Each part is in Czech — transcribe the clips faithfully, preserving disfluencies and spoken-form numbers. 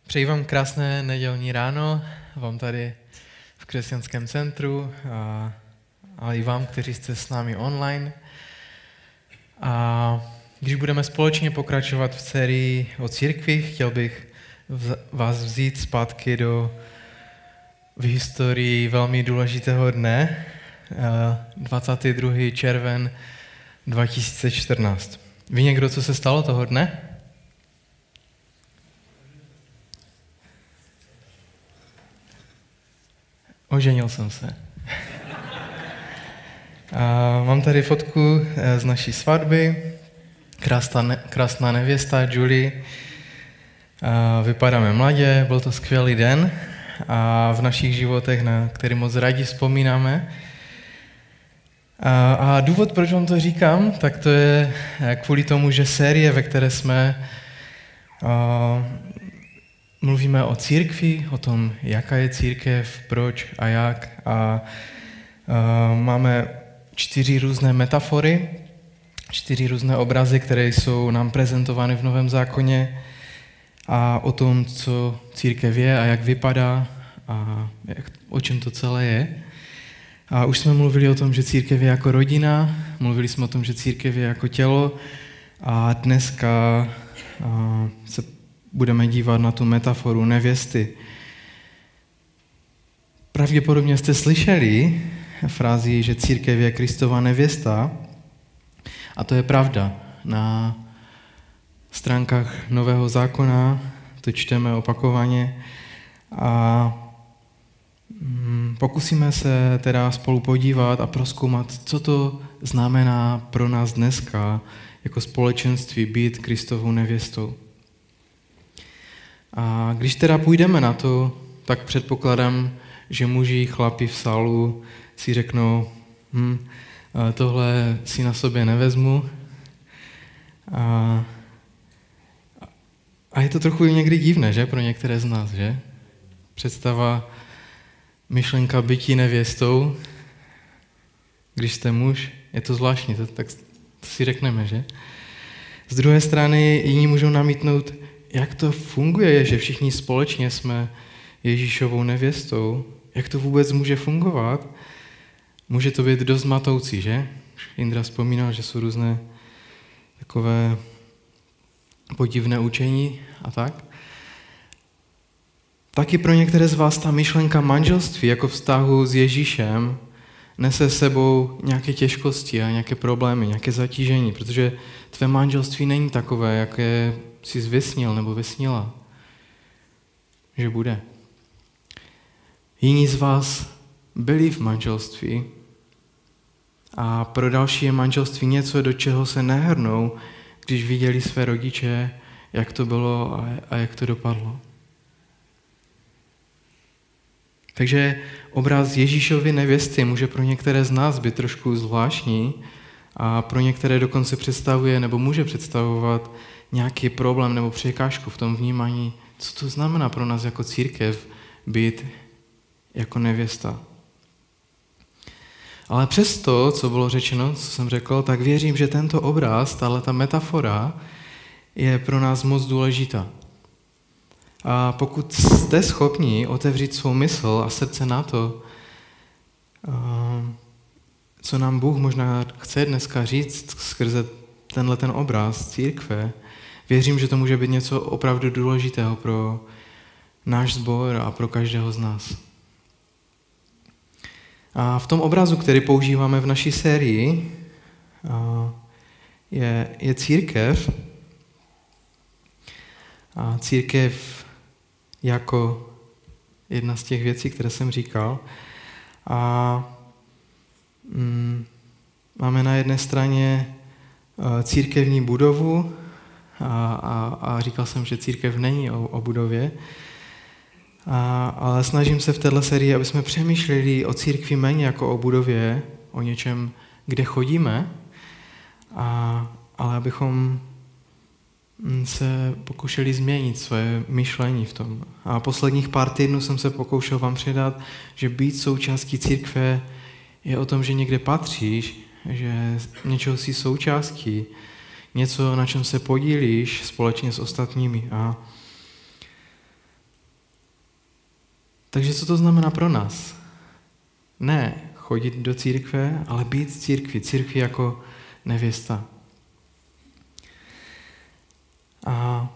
Přeji vám krásné nedělní ráno, vám tady v Křesťanském centru, a, ale i vám, kteří jste s námi online. A když budeme společně pokračovat v sérii o církvi, chtěl bych vás vzít zpátky do v historii velmi důležitého dne, dvacátého druhého června dva tisíce čtrnáct. Ví někdo, co se stalo toho dne? Oženil jsem se. A mám tady fotku z naší svatby. Krásná, ne, krásná nevěsta Julie. A vypadáme mladě, byl to skvělý den a v našich životech, na který moc rádi vzpomínáme. A, a důvod, proč vám to říkám, tak to je kvůli tomu, že série, ve které jsme a, mluvíme o církvi, o tom, jaká je církev, proč a jak. A, a máme čtyři různé metafory, čtyři různé obrazy, které jsou nám prezentovány v Novém zákoně a o tom, co církev je a jak vypadá a jak, o čem to celé je. A už jsme mluvili o tom, že církev je jako rodina, mluvili jsme o tom, že církev je jako tělo a dneska a, se budeme dívat na tu metaforu nevěsty. Pravděpodobně jste slyšeli frázi, že církev je Kristova nevěsta, a to je pravda. Na stránkách Nového zákona to čteme opakovaně a pokusíme se teda spolu podívat a prozkoumat, co to znamená pro nás dneska jako společenství být Kristovou nevěstou. A když teda půjdeme na to, tak předpokládám, že muži, chlapi v sálu si řeknou, hm, tohle si na sobě nevezmu. A, a je to trochu někdy divné, že, pro některé z nás, že? Představa, myšlenka bytí nevěstou, když jste muž, je to zvláštní, to, tak to si řekneme, že? Z druhé strany jiní můžou namítnout, jak to funguje, že všichni společně jsme Ježíšovou nevěstou, jak to vůbec může fungovat. Může to být dost matoucí, že? Indra vzpomínal, že jsou různé takové podivné učení a tak. Taky pro některé z vás ta myšlenka manželství jako vztahu s Ježíšem nese s sebou nějaké těžkosti a nějaké problémy, nějaké zatížení, protože tvé manželství není takové, jaké jsi vysnil nebo vysnila, že bude. Jiní z vás byli v manželství a pro další je manželství něco, do čeho se nehrnou, když viděli své rodiče, jak to bylo a jak to dopadlo. Takže obraz Ježíšovy nevěsty může pro některé z nás být trošku zvláštní a pro některé dokonce představuje nebo může představovat nějaký problém nebo překážku v tom vnímání, co to znamená pro nás jako církev být jako nevěsta. Ale přesto, co bylo řečeno, co jsem řekl, tak věřím, že tento obraz, tato metafora je pro nás moc důležitá. A pokud jste schopni otevřít svou mysl a srdce na to, co nám Bůh možná chce dneska říct skrze tenhle ten obraz církve, věřím, že to může být něco opravdu důležitého pro náš sbor a pro každého z nás. A v tom obrazu, který používáme v naší sérii, je, je církev. A církev jako jedna z těch věcí, které jsem říkal. A mm, máme na jedné straně církevní budovu a, a, a říkal jsem, že církev není o, o budově, a, ale snažím se v této sérii, aby jsme přemýšleli o církvi méně jako o budově, o něčem, kde chodíme, a, ale abychom se pokoušeli změnit své myšlení v tom. A posledních pár týdnů jsem se pokoušel vám předat, že být součástí církve je o tom, že někde patříš, že něčeho jsi součástí, něco, na čem se podílíš společně s ostatními. A Takže co to znamená pro nás? Ne chodit do církve, ale být v církvi. Církvi jako nevěsta. A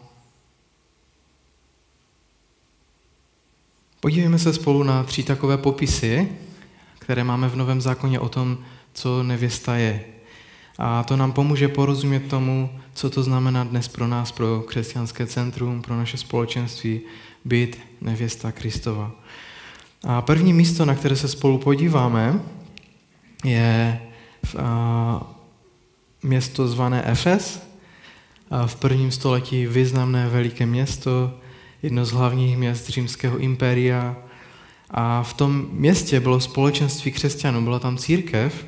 podívejme se spolu na tři takové popisy, které máme v Novém zákoně o tom, co nevěsta je. A to nám pomůže porozumět tomu, co to znamená dnes pro nás, pro křesťanské centrum, pro naše společenství, být nevěsta Kristova. A první místo, na které se spolu podíváme, je v, a, město zvané Efes. A v prvním století významné veliké město, jedno z hlavních měst římského impéria. A v tom městě bylo společenství křesťanů, byla tam církev.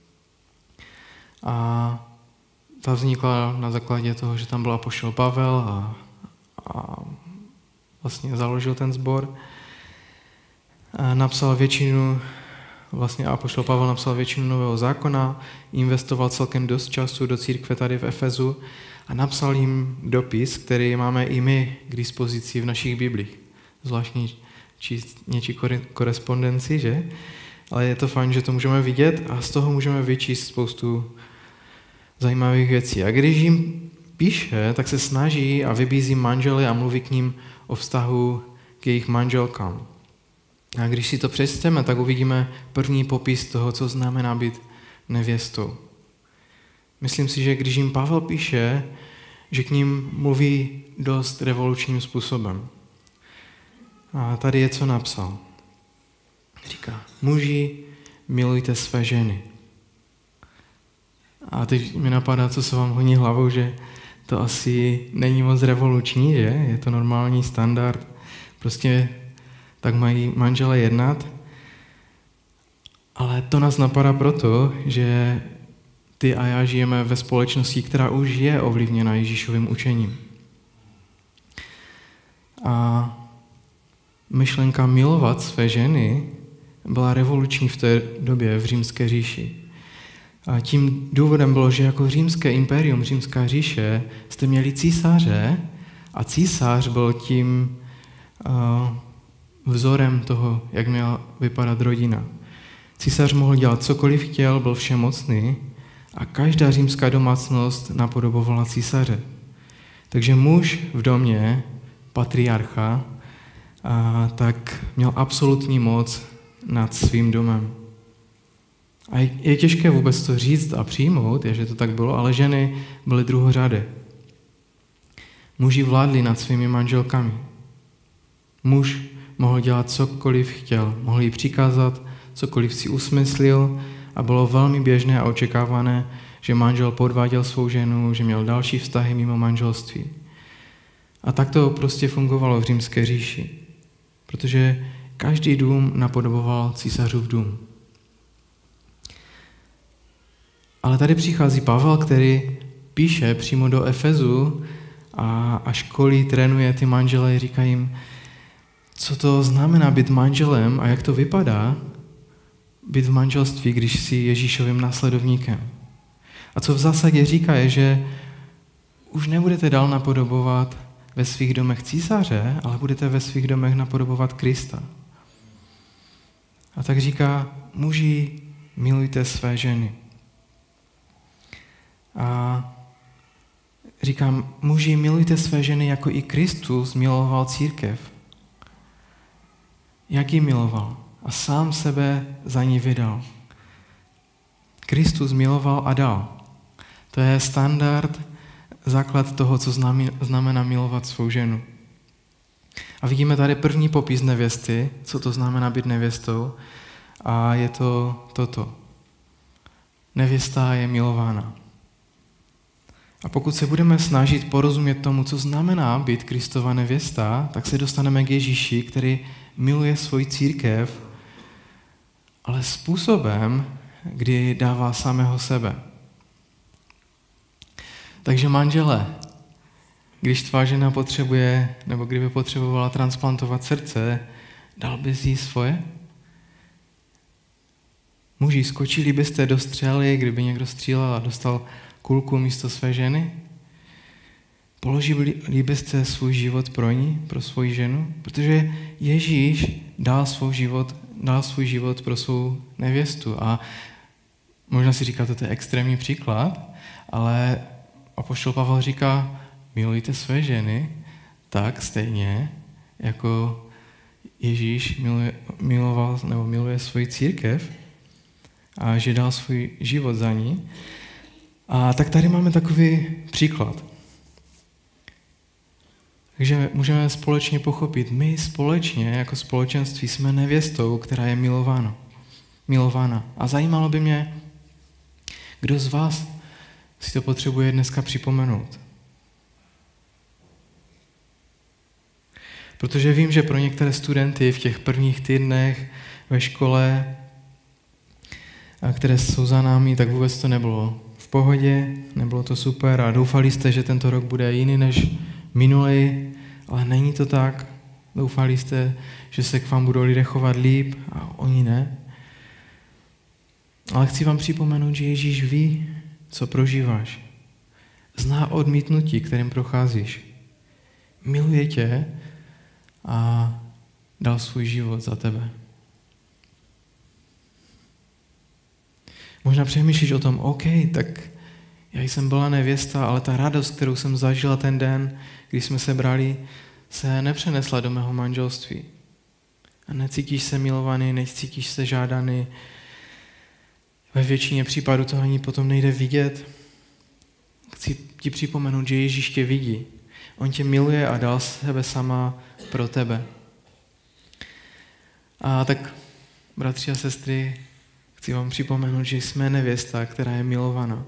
A ta vznikla na základě toho, že tam byl apoštol Pavel a, a vlastně založil ten sbor. A napsal většinu, vlastně apoštol Pavel napsal většinu Nového zákona, investoval celkem dost času do církve tady v Efezu a napsal jim dopis, který máme i my k dispozici v našich biblích. Zvláštně číst něčí korespondenci, že? Ale je to fajn, že to můžeme vidět a z toho můžeme vyčíst spoustu zajímavých věcí. A když jim píše, tak se snaží a vybízí manžely a mluví k ním o vztahu k jejich manželkám. A když si to přečteme, tak uvidíme první popis toho, co znamená být nevěstou. Myslím si, že když jim Pavel píše, že k ním mluví dost revolučním způsobem. A tady je, co napsal. Říká, muži, milujte své ženy. A teď mi napadá, co se vám honí hlavou, že to asi není moc revoluční, že? Je to normální standard. Prostě tak mají manželé jednat. Ale to nás napadá proto, že ty a já žijeme ve společnosti, která už je ovlivněna Ježíšovým učením. A myšlenka milovat své ženy byla revoluční v té době v římské říši. A tím důvodem bylo, že jako římské impérium, římská říše, jste měli císaře a císař byl tím uh, vzorem toho, jak měla vypadat rodina. Císař mohl dělat cokoliv chtěl, byl všemocný a každá římská domácnost napodobovala císaře. Takže muž v domě, patriarcha, a tak měl absolutní moc nad svým domem. A je těžké vůbec to říct a přijmout, že to tak bylo, ale ženy byly druhořadé. Muži vládli nad svými manželkami. Muž mohl dělat cokoliv chtěl, mohl jí přikázat, cokoliv si usmyslil a bylo velmi běžné a očekávané, že manžel podváděl svou ženu, že měl další vztahy mimo manželství. A tak to prostě fungovalo v římské říši, protože každý dům napodoboval císařův dům. Ale tady přichází Pavel, který píše přímo do Efezu a, a školí, trénuje ty manžele, říká jim, co to znamená být manželem a jak to vypadá být v manželství, když jsi Ježíšovým následovníkem. A co v zásadě říká je, že už nebudete dál napodobovat ve svých domech císaře, ale budete ve svých domech napodobovat Krista. A tak říká, muži, milujte své ženy. A říkám, muži, milujte své ženy, jako i Kristus miloval církev. Jak ji miloval? A sám sebe za ní vydal. Kristus miloval a dal. To je standard, základ toho, co znamená milovat svou ženu. A vidíme tady první popis nevěsty, co to znamená být nevěstou. A je to toto. Nevěsta je milována. A pokud se budeme snažit porozumět tomu, co znamená být Kristova nevěsta, tak se dostaneme k Ježíši, který miluje svoji církev, ale způsobem, kdy dává samého sebe. Takže manžele, když tvá žena potřebuje, nebo kdyby potřebovala transplantovat srdce, dal bys jí svoje? Muži, skočili byste do střely, kdyby někdo střílel a dostal kulku místo své ženy? Položili byste svůj život pro ní, pro svoji ženu? Protože Ježíš dal svůj život, dal svůj život pro svou nevěstu. A možná si říkáte, to je extrémní příklad, ale apoštol Pavel říká, milujte své ženy tak stejně, jako Ježíš miluje, miloval nebo miluje svoji církev a že dal svůj život za ní. A tak tady máme takový příklad. Takže můžeme společně pochopit, my společně jako společenství jsme nevěstou, která je milována. milována. A zajímalo by mě, kdo z vás si to potřebuje dneska připomenout. Protože vím, že pro některé studenty v těch prvních týdnech ve škole, které jsou za námi, tak vůbec to nebylo v pohodě, nebylo to super a doufali jste, že tento rok bude jiný než minulý, ale není to tak. Doufali jste, že se k vám budou lidé chovat líp a oni ne. Ale chci vám připomenout, že Ježíš ví, co prožíváš. Zná odmítnutí, kterým procházíš. Miluje tě a dal svůj život za tebe. Možná přemýšlíš o tom, OK, tak já jsem byla nevěsta, ale ta radost, kterou jsem zažila ten den, když jsme se brali, se nepřenesla do mého manželství. A necítíš se milovaný, necítíš se žádaný. Ve většině případů to ani potom nejde vidět. Chci ti připomenout, že Ježíš tě vidí. On tě miluje a dal sebe sama pro tebe. A tak, bratři a sestry, chci vám připomenout, že jsme nevěsta, která je milovaná.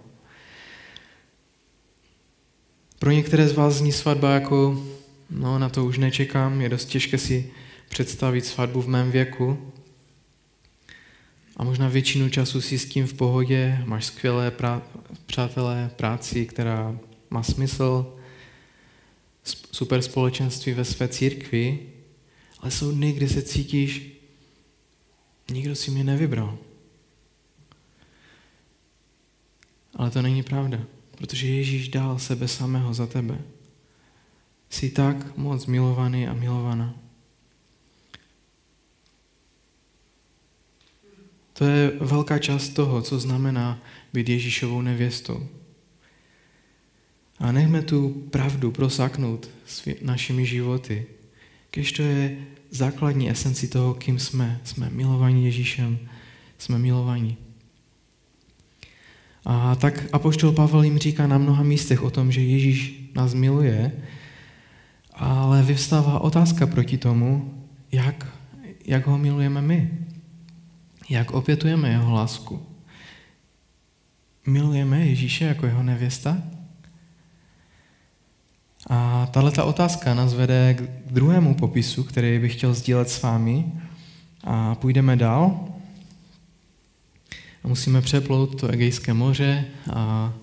Pro některé z vás zní svatba jako, no na to už nečekám, je dost těžké si představit svatbu v mém věku. A možná většinu času si s tím v pohodě, máš skvělé prá- přátelé, práci, která má smysl, super společenství ve své církvi, ale jsou dny, kdy se cítíš, nikdo si mě nevybral. Ale to není pravda, protože Ježíš dal sebe samého za tebe. Jsi tak moc milovaný a milovaná. To je velká část toho, co znamená být Ježíšovou nevěstou. A nechme tu pravdu prosáknout našimi životy, když to je základní esenci toho, kým jsme. Jsme milovaní Ježíšem, jsme milovaní. A tak apoštol Pavel jim říká na mnoha místech o tom, že Ježíš nás miluje, ale vyvstává otázka proti tomu, jak, jak ho milujeme my. Jak opětujeme jeho lásku. Milujeme Ježíše jako jeho nevěsta? A tato otázka nás vede k druhému popisu, který bych chtěl sdílet s vámi. A půjdeme dál. A musíme přeplout to Egejské moře a, a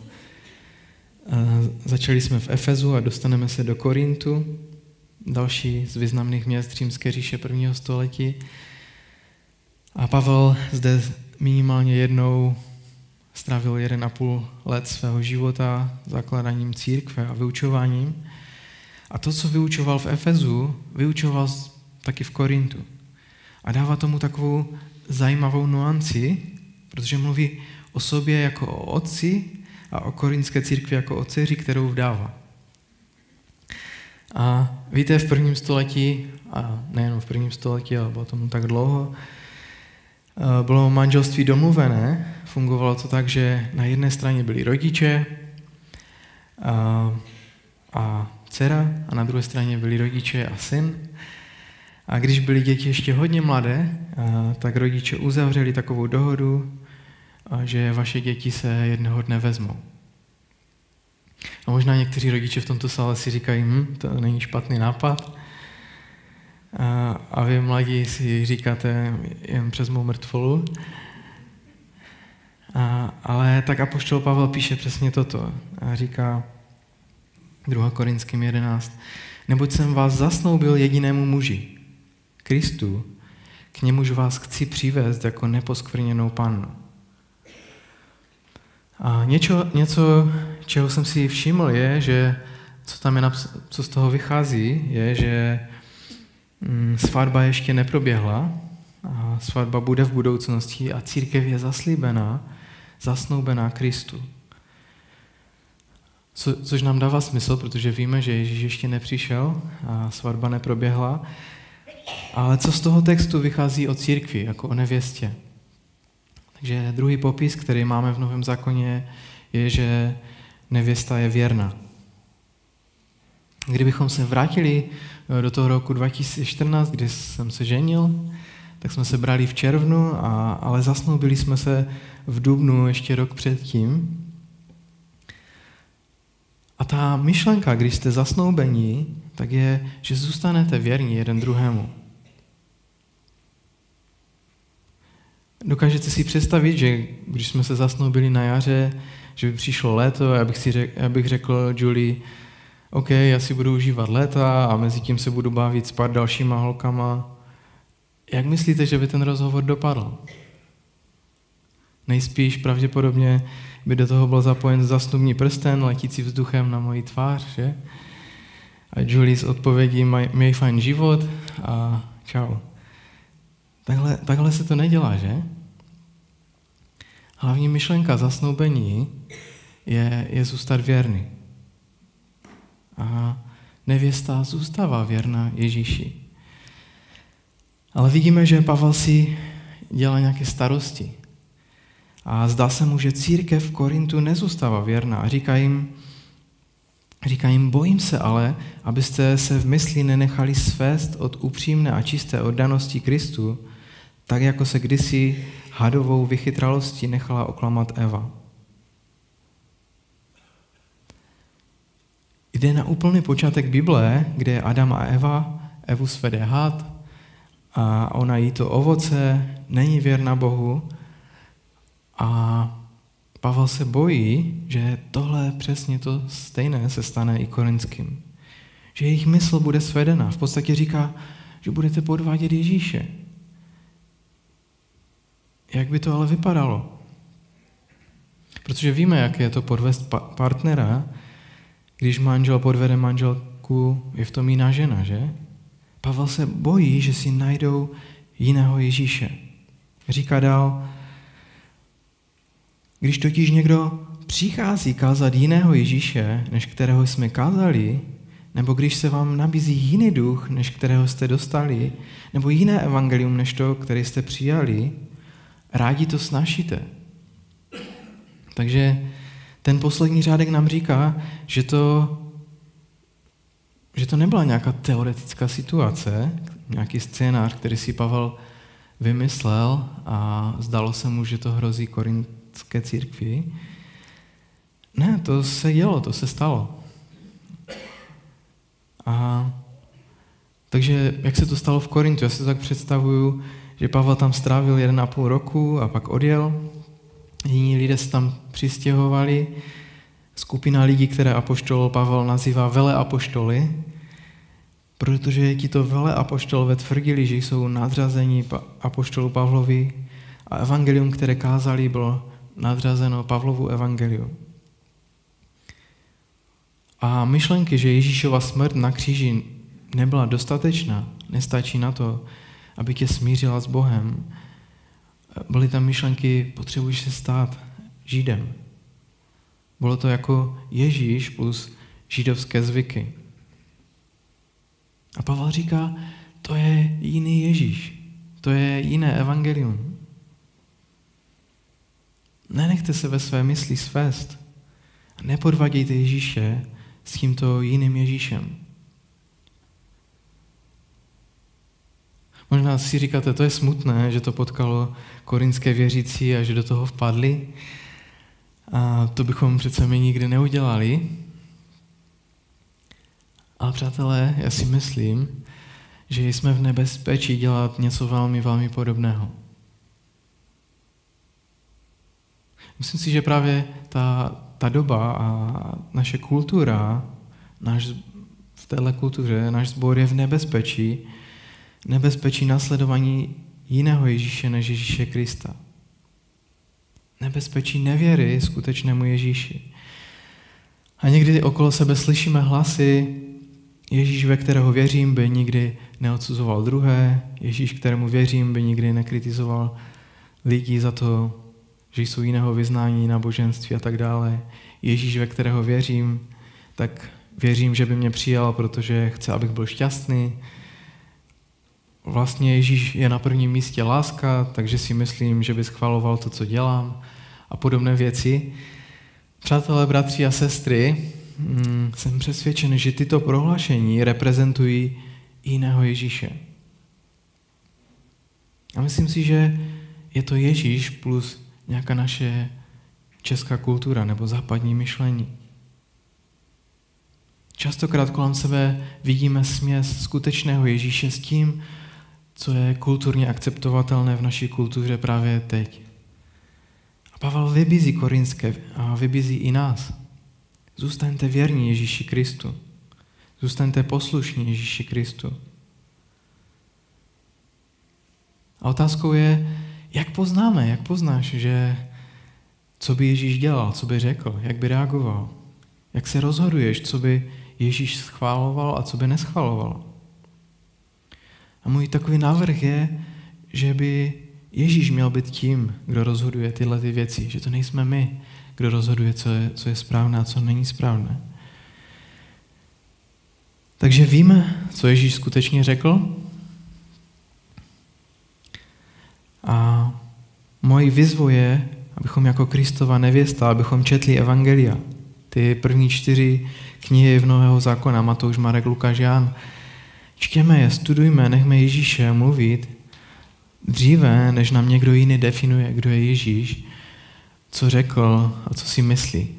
začali jsme v Efezu a dostaneme se do Korintu, další z významných měst Římské říše prvního století. A Pavel zde minimálně jednou strávil jeden a půl let svého života zakládáním církve a vyučováním. A to, co vyučoval v Efezu, vyučoval taky v Korintu. A dává tomu takovou zajímavou nuanci, protože mluví o sobě jako o otci a o korintské církvi jako o dceři, kterou vdává. A víte, v prvním století, a nejen v prvním století, ale bylo tomu tak dlouho, bylo manželství domluvené. Fungovalo to tak, že na jedné straně byli rodiče a, a dcera a na druhé straně byli rodiče a syn. A když byly děti ještě hodně mladé, a, tak rodiče uzavřeli takovou dohodu, a, že vaše děti se jednoho dne vezmou. A možná někteří rodiče v tomto sále si říkají, hm, to není špatný nápad. A, a vy mladí si říkáte jen přes mou mrtvolu. A, ale tak apoštol Pavel píše přesně toto. A říká druhá Korinským jedenáct. Neboť jsem vás zasnoubil jedinému muži, Kristu, k němuž vás chci přivést jako neposkvrněnou pannu. A něco, něco, čeho jsem si všiml, je, že co tam je naps- co z toho vychází, je, že mm, svatba ještě neproběhla a svatba bude v budoucnosti a církev je zaslíbená, zasnoubená Kristu. Co, což nám dává smysl, protože víme, že Ježíš ještě nepřišel a svatba neproběhla. Ale co z toho textu vychází o církvi, jako o nevěstě? Takže druhý popis, který máme v Novém zákoně, je, že nevěsta je věrná. Kdybychom se vrátili do toho roku dva tisíce čtrnáct, kdy jsem se ženil, tak jsme se brali v červnu, a, ale zasnoubili jsme se v dubnu ještě rok předtím. A ta myšlenka, když jste zasnoubení, tak je, že zůstanete věrní jeden druhému. Dokážete si představit, že když jsme se zasnoubili na jaře, že by přišlo léto a já bych, si řek, já bych řekl Julie, OK, já si budu užívat léta a mezi tím se budu bavit s pár dalšíma holkama. Jak myslíte, že by ten rozhovor dopadl? Nejspíš pravděpodobně by do toho byl zapojen zasnubní prsten letící vzduchem na moji tvář, že? A Julie s odpovědí měj fajn život a čau. Takhle, takhle se to nedělá, že? Hlavní myšlenka zasnoubení je, je zůstat věrný. A nevěsta zůstává věrná Ježíši. Ale vidíme, že Pavel si dělá nějaké starosti. A zdá se mu, že církev v Korintu nezůstává věrná. A říká jim, říká jim, bojím se ale, abyste se v mysli nenechali svést od upřímné a čisté oddanosti Kristu, tak jako se kdysi hadovou vychytralostí nechala oklamat Eva. Jde na úplný počátek Bible, kde Adam a Eva, Evu svede had a ona jí to ovoce, není věrná Bohu. A Pavel se bojí, že tohle přesně to stejné se stane i korinským. Že jejich mysl bude svedena. V podstatě říká, že budete podvádět Ježíše. Jak by to ale vypadalo? Protože víme, jak je to podvést pa- partnera, když manžel podvede manželku, je v tom jiná žena, že? Pavel se bojí, že si najdou jiného Ježíše. Říká dál, když totiž někdo přichází kázat jiného Ježíše, než kterého jsme kázali, nebo když se vám nabízí jiný duch, než kterého jste dostali, nebo jiné evangelium, než to, které jste přijali, rádi to snášíte. Takže ten poslední řádek nám říká, že to, že to nebyla nějaká teoretická situace, nějaký scénář, který si Pavel vymyslel a zdalo se mu, že to hrozí korintské církvi. Ne, to se dělo, to se stalo. A takže jak se to stalo v Korintu? Já si to tak představuju, že Pavel tam strávil jeden a půl roku a pak odjel. Jiní lidé se tam přistěhovali. Skupina lidí, které apoštol Pavel nazývá veleapoštoly, protože tito veleapoštolové tvrdili, že jsou nadřazení apoštolu Pavlovi a evangelium, které kázali, bylo nadřazeno Pavlovu evangeliu. A myšlenky, že Ježíšova smrt na kříži nebyla dostatečná, nestačí na to, aby tě smířila s Bohem. Byly tam myšlenky, potřebuješ se stát Židem. Bylo to jako Ježíš plus židovské zvyky. A Pavel říká, to je jiný Ježíš, to je jiné evangelium. Nenechte se ve své mysli svést. Nepodvádějte Ježíše s tímto jiným Ježíšem. Možná si říkáte, to je smutné, že to potkalo korinské věřící a že do toho vpadli. A to bychom přece my nikdy neudělali. Ale přátelé, já si myslím, že jsme v nebezpečí dělat něco velmi, velmi podobného. Myslím si, že právě ta, ta doba a naše kultura, náš, v téhle kultuře, náš sbor je v nebezpečí, nebezpečí následování jiného Ježíše než Ježíše Krista. Nebezpečí nevěry skutečnému Ježíši. A někdy okolo sebe slyšíme hlasy, Ježíš, ve kterého věřím, by nikdy neodsuzoval druhé, Ježíš, kterému věřím, by nikdy nekritizoval lidi za to, že jsou jiného vyznání, náboženství a tak dále. Ježíš, ve kterého věřím, tak věřím, že by mě přijal, protože chce, abych byl šťastný. Vlastně Ježíš je na prvním místě láska, takže si myslím, že by schvaloval to, co dělám a podobné věci. Přátelé, bratři a sestry, jsem přesvědčen, že tyto prohlášení reprezentují jiného Ježíše. A myslím si, že je to Ježíš plus nějaká naše česká kultura nebo západní myšlení. Častokrát kolem sebe vidíme směs skutečného Ježíše s tím, co je kulturně akceptovatelné v naší kultuře právě teď. A Pavel vybízí Korinské a vybízí i nás. Zůstaňte věrní Ježíši Kristu. Zůstaňte poslušní Ježíši Kristu. A otázkou je, jak poznáme, jak poznáš, že co by Ježíš dělal, co by řekl, jak by reagoval. Jak se rozhoduješ, co by Ježíš schvaloval a co by neschvaloval. A můj takový návrh je, že by Ježíš měl být tím, kdo rozhoduje tyhle ty věci, že to nejsme my, kdo rozhoduje, co je, co je správné a co není správné. Takže víme, co Ježíš skutečně řekl. A mojí výzvou je, abychom jako Kristova nevěsta, abychom četli evangelia. Ty první čtyři knihy v Nového zákona, Matouš, Marek, Lukáš, Jan. Čtěme je, studujme, nechme Ježíše mluvit dříve, než nám někdo jiný definuje, kdo je Ježíš, co řekl a co si myslí.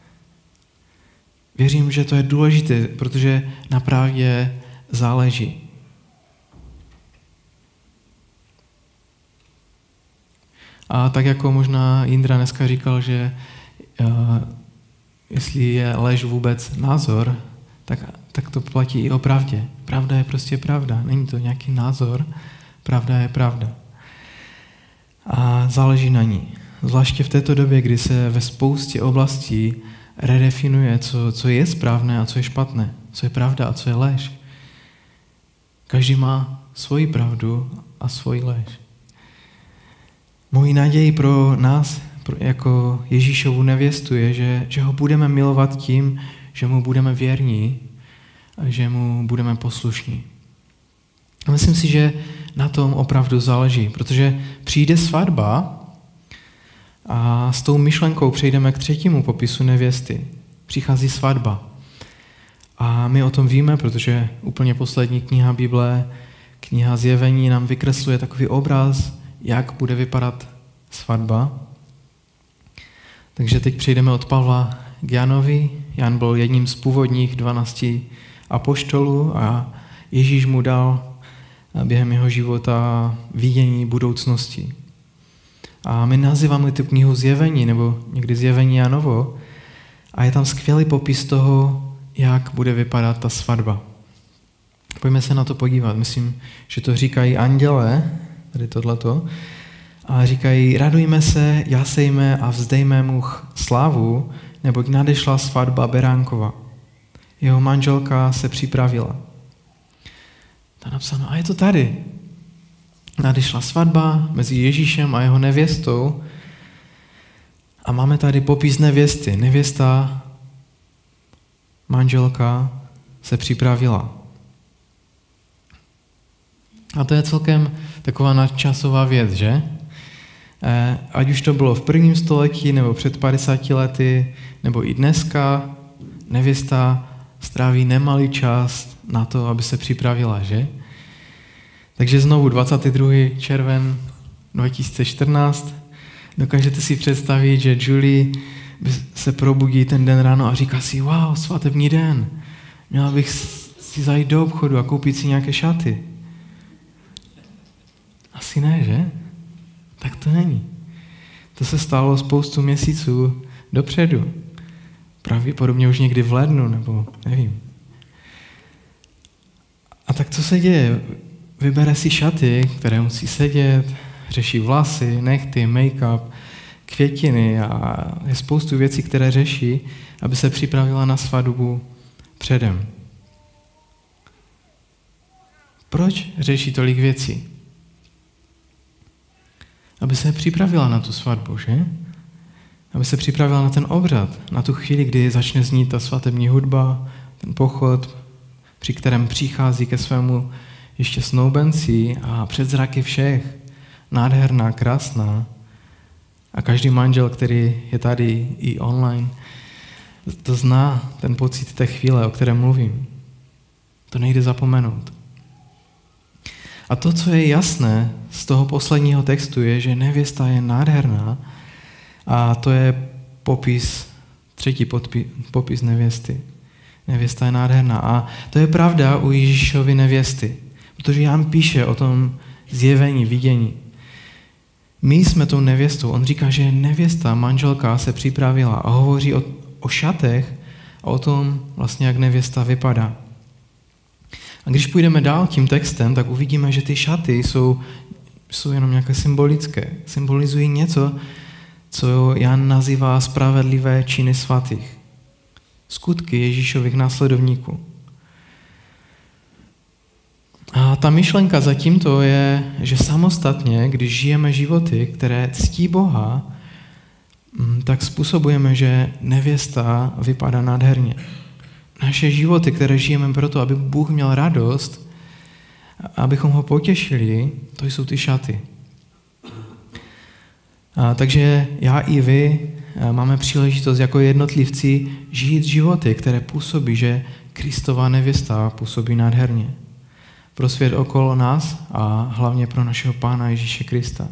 Věřím, že to je důležité, protože na pravdě záleží. A tak jako možná Jindra dneska říkal, že uh, jestli je lež vůbec názor, tak, tak to platí i o pravdě. Pravda je prostě pravda, není to nějaký názor, pravda je pravda. A záleží na ní. Zvláště v této době, kdy se ve spoustě oblastí redefinuje, co, co je správné a co je špatné, co je pravda a co je lež. Každý má svoji pravdu a svoji lež. Mojí naději pro nás, pro, jako Ježíšovu nevěstu, je, že, že ho budeme milovat tím, že mu budeme věrní a že mu budeme poslušní. A myslím si, že na tom opravdu záleží, protože přijde svatba a s tou myšlenkou přejdeme k třetímu popisu nevěsty. Přichází svatba. A my o tom víme, protože úplně poslední kniha Bible, kniha Zjevení, nám vykresluje takový obraz, jak bude vypadat svatba. Takže teď přejdeme od Pavla k Janovi. Jan byl jedním z původních dvanácti apoštolů a Ježíš mu dal během jeho života vidění budoucnosti. A my nazýváme tu knihu Zjevení, nebo někdy Zjevení Janovo, a je tam skvělý popis toho, jak bude vypadat ta svatba. Pojďme se na to podívat. Myslím, že to říkají anděle, tady tohleto, a říkají, radujme se, jasejme a vzdejme mu slávu, neboť nadešla svatba Beránkova. Jeho manželka se připravila. Tam napsáno, a je to tady. Nadešla svatba mezi Ježíšem a jeho nevěstou a máme tady popis nevěsty. Nevěsta, manželka se připravila. A to je celkem taková nadčasová věc, že? Eh, ať už to bylo v prvním století, nebo před padesáti lety, nebo i dneska, nevěsta stráví nemalý čas na to, aby se připravila, že? Takže znovu dvacátého druhého června dva tisíce čtrnáct. Dokážete si představit, že Julie se probudí ten den ráno a říká si, wow, svatební den. Měla bych si zajít do obchodu a koupit si nějaké šaty. Asi ne, že? Tak to není. To se stalo spoustu měsíců dopředu. Pravděpodobně už někdy v lednu, nebo nevím. A tak co se děje? Vybere si šaty, které musí sedět, řeší vlasy, nehty, make-up, květiny a je spoustu věcí, které řeší, aby se připravila na svatbu předem. Proč řeší tolik věcí? Aby se připravila na tu svatbu, že? Aby se připravila na ten obřad, na tu chvíli, kdy začne znít ta svatební hudba, ten pochod, při kterém přichází ke svému ještě snoubenci a před zraky všech, nádherná, krásná. A každý manžel, který je tady i online, to zná ten pocit té chvíle, o které mluvím. To nejde zapomenout. A to, co je jasné z toho posledního textu, je, že nevěsta je nádherná a to je popis, třetí podpis, popis nevěsty. Nevěsta je nádherná a to je pravda u Ježíšovy nevěsty, protože Jan píše o tom zjevení, vidění. My jsme tou nevěstou. On říká, že nevěsta, manželka se připravila a hovoří o, o šatech a o tom vlastně, jak nevěsta vypadá. A když půjdeme dál tím textem, tak uvidíme, že ty šaty jsou, jsou jenom nějaké symbolické. Symbolizují něco, co Jan nazývá spravedlivé činy svatých. Skutky Ježíšových následovníků. A ta myšlenka za tímto je, že samostatně, když žijeme životy, které ctí Boha, tak způsobujeme, že nevěsta vypadá nádherně. Naše životy, které žijeme proto, aby Bůh měl radost, abychom ho potěšili, to jsou ty šaty. A takže já i vy máme příležitost jako jednotlivci žít životy, které působí, že Kristova nevěsta působí nádherně. Pro svět okolo nás a hlavně pro našeho Pána Ježíše Krista.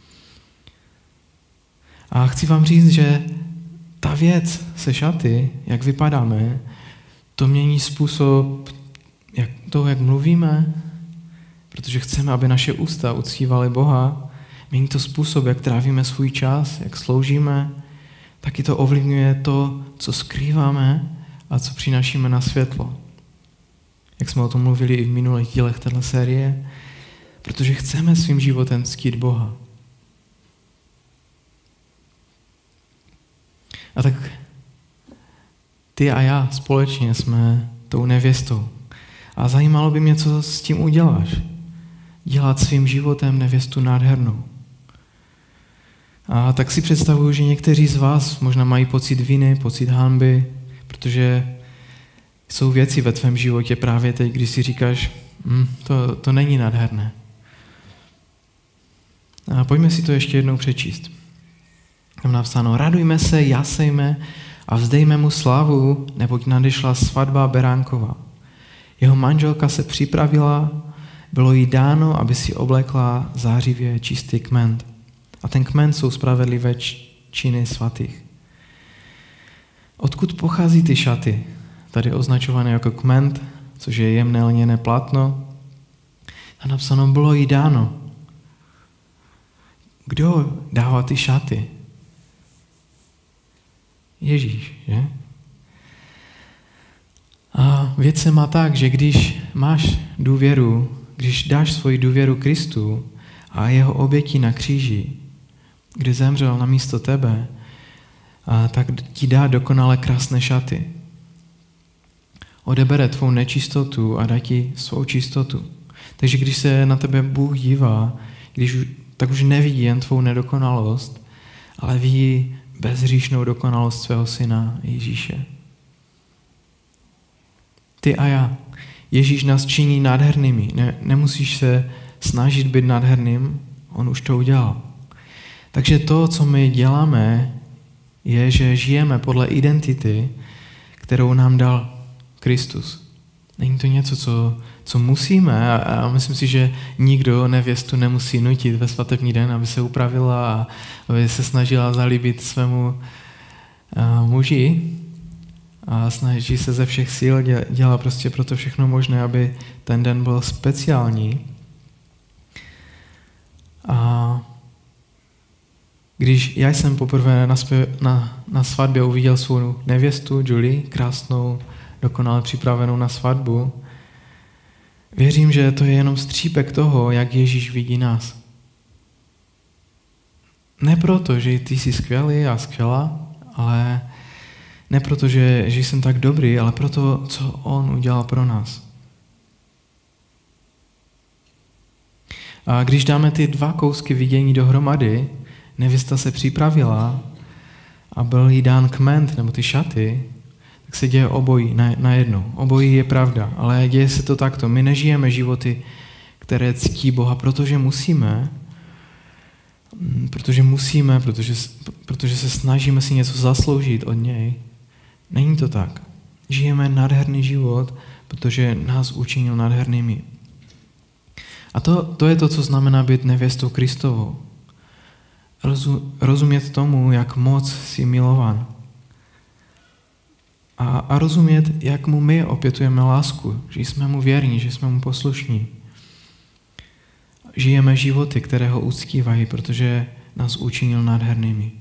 A chci vám říct, že ta věc se šaty, jak vypadáme, to mění způsob jak, toho, jak mluvíme, protože chceme, aby naše ústa uctívaly Boha. Mění to způsob, jak trávíme svůj čas, jak sloužíme. Taky to ovlivňuje to, co skrýváme a co přinášíme na světlo. Jak jsme o tom mluvili i v minulých dílech této série, protože chceme svým životem ctít Boha. A tak ty a já společně jsme tou nevěstou. A zajímalo by mě, co s tím uděláš. Dělat svým životem nevěstu nádhernou. A tak si představuju, že někteří z vás možná mají pocit viny, pocit hanby, protože jsou věci ve tvém životě právě teď, když si říkáš, hm, to, to není nádherné. A pojďme si to ještě jednou přečíst. Tam napsáno, radujme se, jasejme a vzdejme mu slávu, neboť nadešla svatba Beránkova. Jeho manželka se připravila, bylo jí dáno, aby si oblekla zářivě čistý kment. A ten kmen jsou spravedlivé činy svatých. Odkud pochází ty šaty? Tady označované jako kment, což je jemné lněné plátno. A napsáno, bylo jí dáno. Kdo dává ty šaty? Ježíš, že? A věc se má tak, že když máš důvěru, když dáš svoji důvěru Kristu a jeho oběti na kříži, kdy zemřel na místo tebe, a tak ti dá dokonale krásné šaty. Odebere tvou nečistotu a dá ti svou čistotu. Takže když se na tebe Bůh dívá, když, tak už nevidí jen tvou nedokonalost, ale vidí bezhříšnou dokonalost svého syna Ježíše. Ty a já. Ježíš nás činí nádhernými. Ne, nemusíš se snažit být nádherným, on už to udělal. Takže to, co my děláme, je, že žijeme podle identity, kterou nám dal Kristus. Není to něco, co, co musíme a, a myslím si, že nikdo nevěstu nemusí nutit ve svatební den, aby se upravila a aby se snažila zalíbit svému a, muži a snaží se ze všech sil, dělá prostě proto všechno možné, aby ten den byl speciální. A když já jsem poprvé na, zpěv, na, na svatbě uviděl svou nevěstu Julie, krásnou, dokonale připravenou na svatbu, věřím, že to je jenom střípek toho, jak Ježíš vidí nás. ne proto, že ty jsi skvělý a skvělá, ale ne proto, že, že jsem tak dobrý, ale proto, co on udělal pro nás. A když dáme ty dva kousky vidění dohromady, nevěsta se připravila a byl jí dán kment nebo ty šaty, tak se děje obojí najednou. Obojí je pravda, ale děje se to takto. My nežijeme životy, které ctí Boha, protože musíme, protože musíme, protože, protože se snažíme si něco zasloužit od něj. Není to tak. Žijeme nádherný život, protože nás učinil nádhernými. A to, to je to, co znamená být nevěstou Kristovou. Rozu, rozumět tomu, jak moc jsi milovan. A, a rozumět, jak mu my opětujeme lásku, že jsme mu věrní, že jsme mu poslušní. Žijeme životy, které ho uctívají, protože nás učinil nádhernými.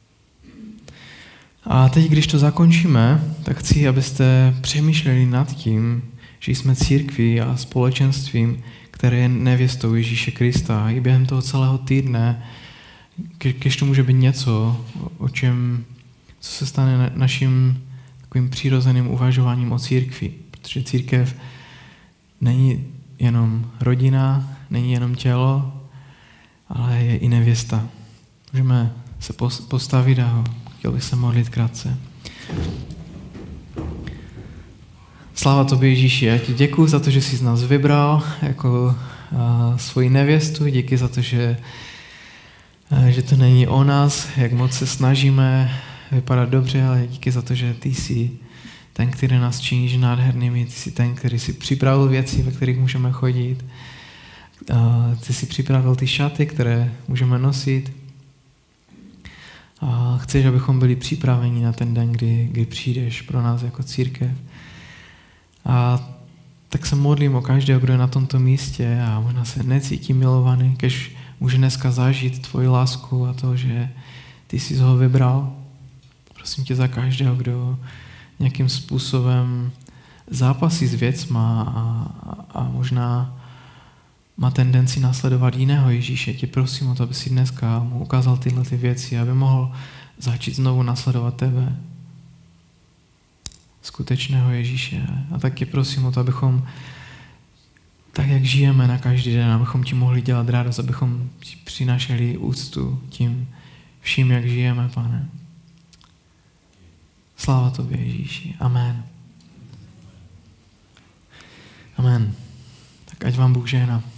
A teď, když to zakončíme, tak chci, abyste přemýšleli nad tím, že jsme církví a společenstvím, které je nevěstou Ježíše Krista. I během toho celého týdne, když to může být něco, o čem, co se stane naším takovým přirozeným uvažováním o církvi. Protože církev není jenom rodina, není jenom tělo, ale je i nevěsta. Můžeme se postavit a chtěl bych se modlit krátce. Sláva tobě, Ježíši, já ti děkuji za to, že jsi z nás vybral jako uh, svoji nevěstu. Díky za to, že, uh, že to není o nás, jak moc se snažíme vypadat dobře, ale díky za to, že ty jsi ten, který nás činíš nádhernými, ty jsi ten, který si připravil věci, ve kterých můžeme chodit. Uh, ty jsi připravil ty šaty, které můžeme nosit. A chceš, abychom byli připraveni na ten den, kdy, kdy přijdeš pro nás jako církev. A tak se modlím o každého, kdo je na tomto místě a možná se necítí milovaný, když může dneska zažít tvoji lásku a to, že ty jsi ho vybral. Prosím tě za každého, kdo nějakým způsobem zápasí s věcma a, a, a možná má tendenci nasledovat jiného Ježíše. Tě prosím o to, aby si dneska mu ukázal tyhle ty věci, aby mohl začít znovu nasledovat tebe, skutečného Ježíše. A tak tě prosím o to, abychom tak, jak žijeme na každý den, abychom ti mohli dělat radost, abychom ti přinášeli úctu tím vším, jak žijeme, Pane. Sláva tobě, Ježíši. Amen. Amen. Tak ať vám Bůh žehná.